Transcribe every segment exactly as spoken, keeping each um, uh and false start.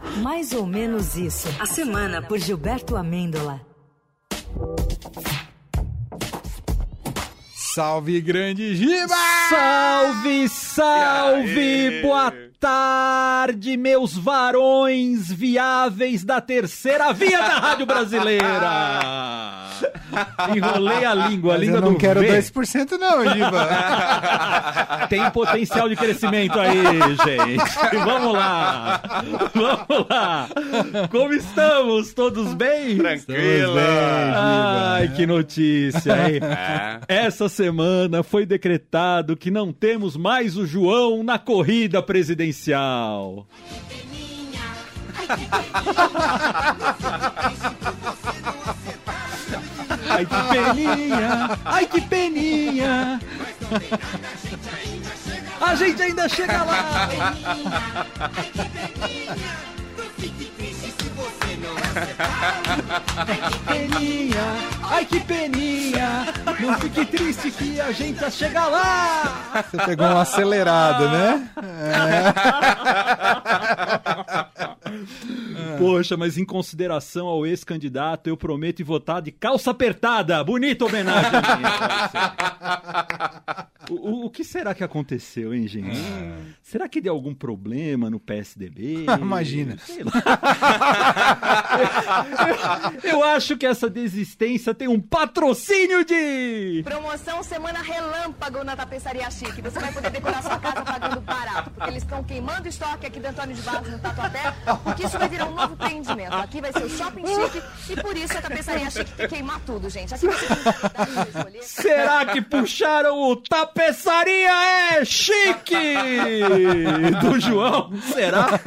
Mais ou menos isso. A semana por Gilberto Amêndola. Salve, grande Giba! Salve, salve! Boa tarde, meus varões viáveis da terceira via da Rádio Brasileira! Enrolei a língua, a Mas língua eu não do quero V. dois por cento não, Giba. Tem potencial de crescimento aí, gente. Vamos lá. Vamos lá. Como estamos? Todos bem? Tranquilo. Bem, Ai, que notícia, hein? É. Essa semana foi decretado que não temos mais o João na corrida presidencial. Ai, que peninha! Ai, que peninha! A gente ainda chega lá! Peninha! Ai, que peninha! Não fique triste que a gente já chega lá! Você pegou um acelerado, né? Poxa, mas em consideração ao ex-candidato, eu prometo votar de calça apertada. Bonita homenagem minha pra você. O, o, o que será que aconteceu, hein, gente? Hum. Será que deu algum problema no P S D B? Imagina. Sei lá. eu, eu acho que essa desistência tem um patrocínio de... Promoção Semana Relâmpago na Tapeçaria Chique. Você vai poder decorar sua casa pagando barato, porque eles estão queimando estoque aqui do Antônio de Barros no Tatuapé, porque isso vai virar um novo empreendimento. Aqui vai ser o Shopping Chique e por isso a Tapeçaria Chique tem que queimar tudo, gente. Aqui você tem que escolher. Será que puxaram o Tapeçaria é Chique do João? Será?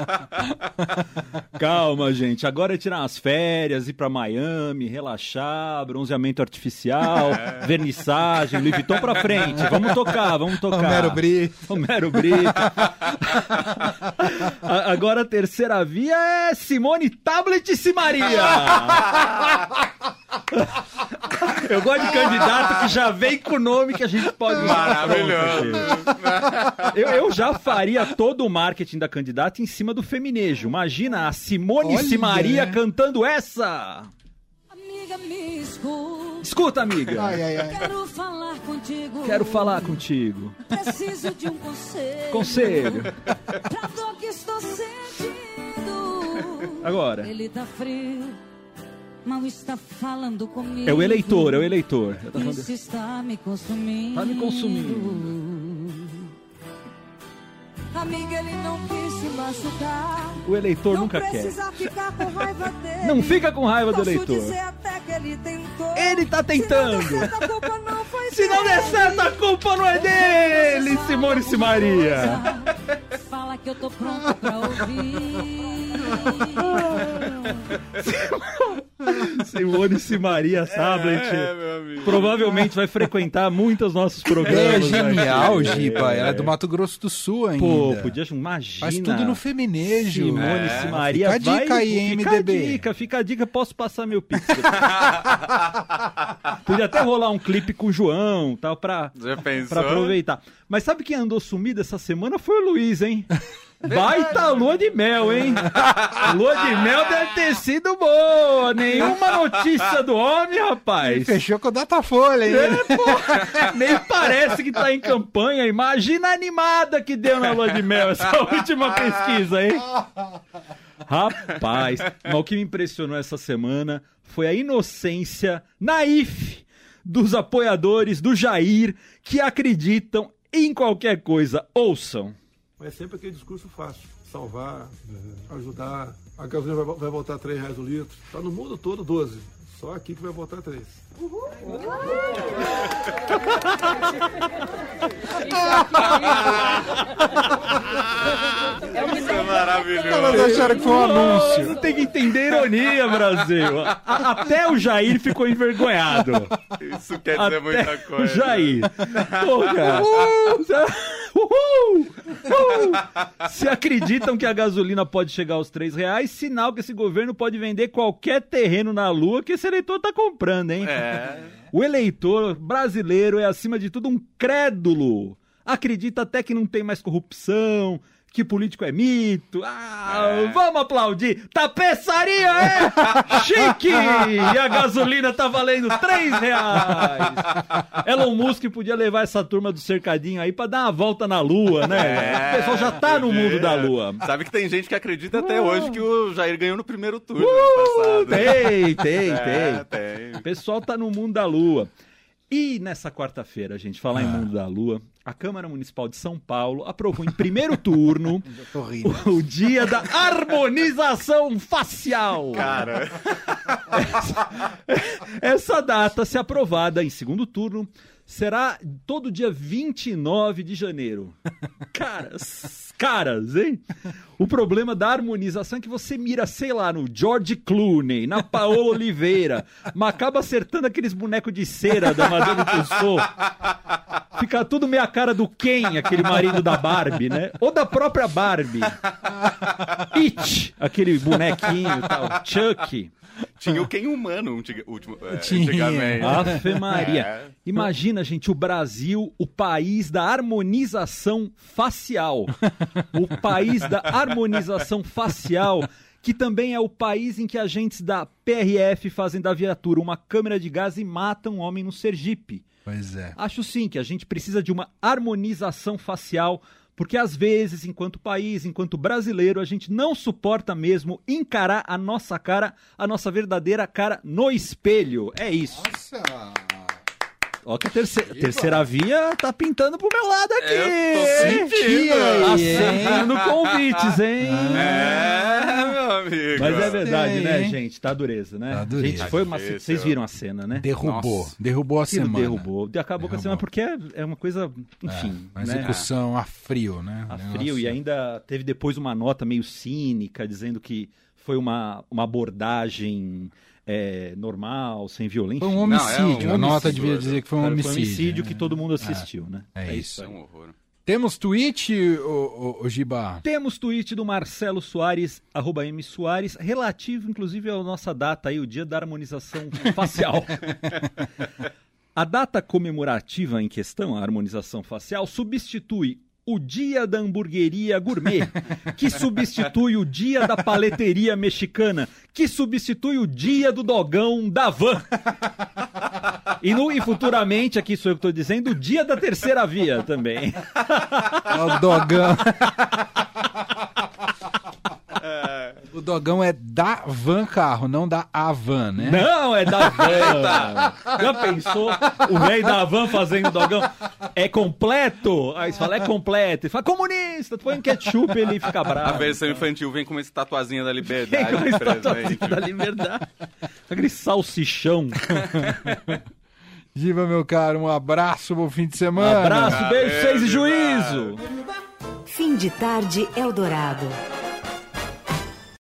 Calma, gente. Agora é tirar umas férias, ir pra Miami, relaxar, bronzeamento artificial, é. vernissagem, Louis Vuitton pra frente. Vamos tocar, vamos tocar. Homero Brito. Homero Brito. Agora a terceira via é Simone Tablet Simaria. Eu gosto de candidato que já vem com o nome que a gente pode... Maravilhoso. Eu, eu já faria todo o marketing da candidata em cima do feminejo. Imagina a Simone Olha, Simaria né? cantando essa. Amiga, me escuta. Escuta, amiga. Ai, ai, ai. Quero falar contigo. Quero falar contigo. Preciso de um conselho. Conselho. Pra dor que estou sentindo. Agora. Ele tá frio. Mal está falando comigo. É o eleitor, é o eleitor. Eu tô falando... Isso está me consumindo. Tá me consumindo. Amiga, ele não quis se machucar. O eleitor não nunca quer. precisa ficar com raiva dele. Não fica com raiva do Posso eleitor. dizer até que ele tentou. Ele tá tentando. Se não der certo, a culpa não foi Se não der dele. certo, a culpa não é dele, Simone Simaria. Fala que eu tô pronto pra ouvir. Simone Simaria Tablet. É, meu amigo. Provavelmente vai frequentar muitos nossos programas. É genial, aqui. Giba. É. Ela é do Mato Grosso do Sul ainda. Pô, podia... Imagina. Faz tudo no feminejo. Simone É. Simaria. Fica a dica vai... aí, hein, fica M D B. a dica, fica a dica. Posso passar meu pix. Podia até rolar um clipe com o João, tal, pra, Já pensou? pra aproveitar. Mas sabe quem andou sumido essa semana? Foi o Luiz, hein? Baita lua de mel, hein? Lua de mel deve ter sido boa. Nenhuma notícia do homem, rapaz. Fechou com a Datafolha aí. É, pô, nem parece que tá em campanha. Imagina a animada que deu na lua de mel essa última pesquisa, hein? Rapaz, mas o que me impressionou essa semana foi a inocência naif dos apoiadores do Jair que acreditam em qualquer coisa. Ouçam. É sempre aquele discurso fácil. Salvar, ajudar. A gasolina vai, vai voltar a três reais o litro. Tá no mundo todo doze. Só aqui que vai voltar a três. Uhul. Isso é maravilhoso. Elas acharam que foi um anúncio. Não tem que entender ironia, Brasil. A- até o Jair ficou envergonhado. Isso quer dizer Até muita coisa. o Jair. Pô, cara. Uhul! Uhul! Se acreditam que a gasolina pode chegar aos três reais, sinal que esse governo pode vender qualquer terreno na lua que esse eleitor tá comprando, hein? É. O eleitor brasileiro é, acima de tudo, um crédulo. Acredita até que não tem mais corrupção, que político é mito. Ah, é. Vamos aplaudir. Tapeçaria é chique! E a gasolina tá valendo três reais. Elon Musk podia levar essa turma do cercadinho aí pra dar uma volta na Lua, né? É, o pessoal já tá no mundo da Lua. Sabe que tem gente que acredita até uh. hoje que o Jair ganhou no primeiro turno uh, passado. Tem, tem, é, tem. tem. O pessoal tá no mundo da Lua. E nessa quarta-feira, gente, falar ah. em mundo da Lua, a Câmara Municipal de São Paulo aprovou em primeiro turno o, o dia da harmonização facial. Cara. Essa, essa data, se aprovada em segundo turno, será todo dia vinte e nove de janeiro. Caras, caras, hein? O problema da harmonização é que você mira, sei lá, no George Clooney, na Paola Oliveira, mas acaba acertando aqueles bonecos de cera da Madame Tussauds. Fica tudo meio a cara do Ken, aquele marido da Barbie, né? Ou da própria Barbie. It, aquele bonequinho e tal. Chuck. Tinha o Ken humano antiga, último, é, Tinha. antigamente. Ave Maria. É. Imagina, gente, o Brasil, o país da harmonização facial. O país da harmonização facial, que também é o país em que agentes da P R F fazem da viatura uma câmera de gás e matam um homem no Sergipe. Pois é. Acho sim que a gente precisa de uma harmonização facial, porque às vezes, enquanto país, enquanto brasileiro, a gente não suporta mesmo encarar a nossa cara, a nossa verdadeira cara no espelho. É isso. Nossa! Ó que a terceira, terceira via tá pintando pro meu lado aqui. Eu tô sentindo. Aceitando convites, hein? É, meu amigo. Mas é verdade, Tem, né, hein? gente? Tá dureza, né? Tá dureza. Gente, foi uma... Difícil. Vocês viram a cena, né? Derrubou. Nossa. Derrubou a Aquilo semana. derrubou. Acabou com a semana porque é, é uma coisa, enfim. É, uma né? execução a frio, né? A Negócio. frio, e ainda teve depois uma nota meio cínica, dizendo que foi uma, uma abordagem é, normal, sem violência. Foi um Não, homicídio. é um a nota homicídio. devia dizer que foi um Foi um homicídio. homicídio né? que todo mundo assistiu, né? É isso. É um horror. Temos tweet, o, o, o Giba? Temos tweet do Marcelo Soares, arroba M Soares, relativo, inclusive, à nossa data aí, o dia da harmonização facial. A data comemorativa em questão, a harmonização facial, substitui o dia da hamburgueria gourmet, que substitui o dia da paleteria mexicana, que substitui o dia do dogão da van. E, no, e futuramente, aqui sou eu que estou dizendo, o dia da terceira via também. É o dogão. O dogão é da van carro, não da Avan, né? Não, é da van. Já pensou o velho da van fazendo dogão? É completo? Aí você fala, é completo. Ele fala, comunista, tu põe em ketchup, ele fica bravo. A versão infantil vem com uma estatuazinha da liberdade. Vem com uma presente. estatuazinha da liberdade. Aquele salsichão. Giba, meu caro, um abraço, bom fim de Um semana. abraço, beijo, Valeu, seis e Giba. juízo. Fim de tarde Eldorado.